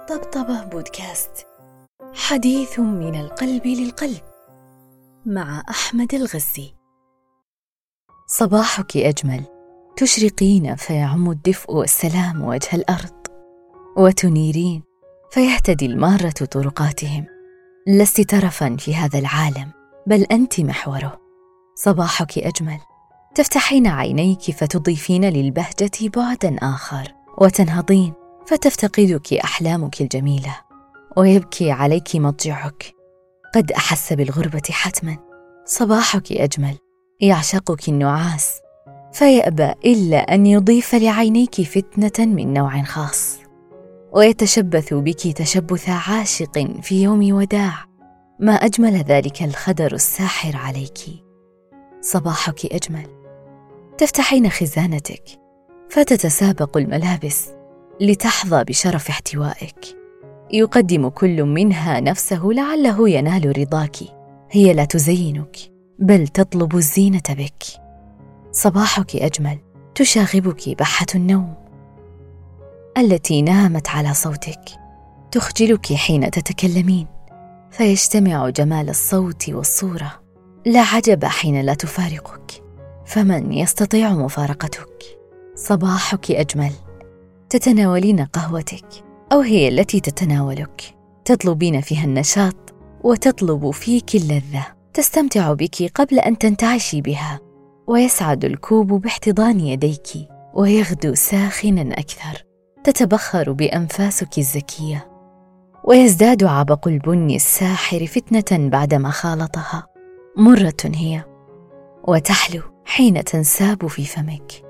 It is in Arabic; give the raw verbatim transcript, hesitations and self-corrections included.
طبطبة بودكاست، حديث من القلب للقلب، مع أحمد الغزي. صباحك أجمل، تشرقين فيعم الدفء والسلام وجه الأرض، وتنيرين فيهتدي المارة طرقاتهم. لست ترفا في هذا العالم، بل أنت محوره. صباحك أجمل، تفتحين عينيك فتضيفين للبهجة بعداً آخر، وتنهضين فتفتقدك أحلامك الجميلة، ويبكي عليك مضجعك قد أحس بالغربة حتماً. صباحك أجمل، يعشقك النعاس فيأبى إلا أن يضيف لعينيك فتنة من نوع خاص، ويتشبث بك تشبث عاشق في يوم وداع. ما أجمل ذلك الخدر الساحر عليك. صباحك أجمل، تفتحين خزانتك فتتسابق الملابس لتحظى بشرف احتوائك. يقدم كل منها نفسه لعله ينال رضاك، هي لا تزينك بل تطلب الزينة بك. صباحك أجمل، تشاغبك بحة النوم التي نامت على صوتك، تخجلك حين تتكلمين فيجتمع جمال الصوت والصورة. لا عجب حين لا تفارقك، فمن يستطيع مفارقتك؟ صباحك أجمل، تتناولين قهوتك أو هي التي تتناولك، تطلبين فيها النشاط وتطلب فيك اللذة، تستمتع بك قبل أن تنتعشي بها، ويسعد الكوب باحتضان يديك ويغدو ساخناً أكثر. تتبخر بأنفاسك الزكية، ويزداد عبق البن الساحر فتنة بعدما خالطها. مرة هي وتحلو حين تنساب في فمك.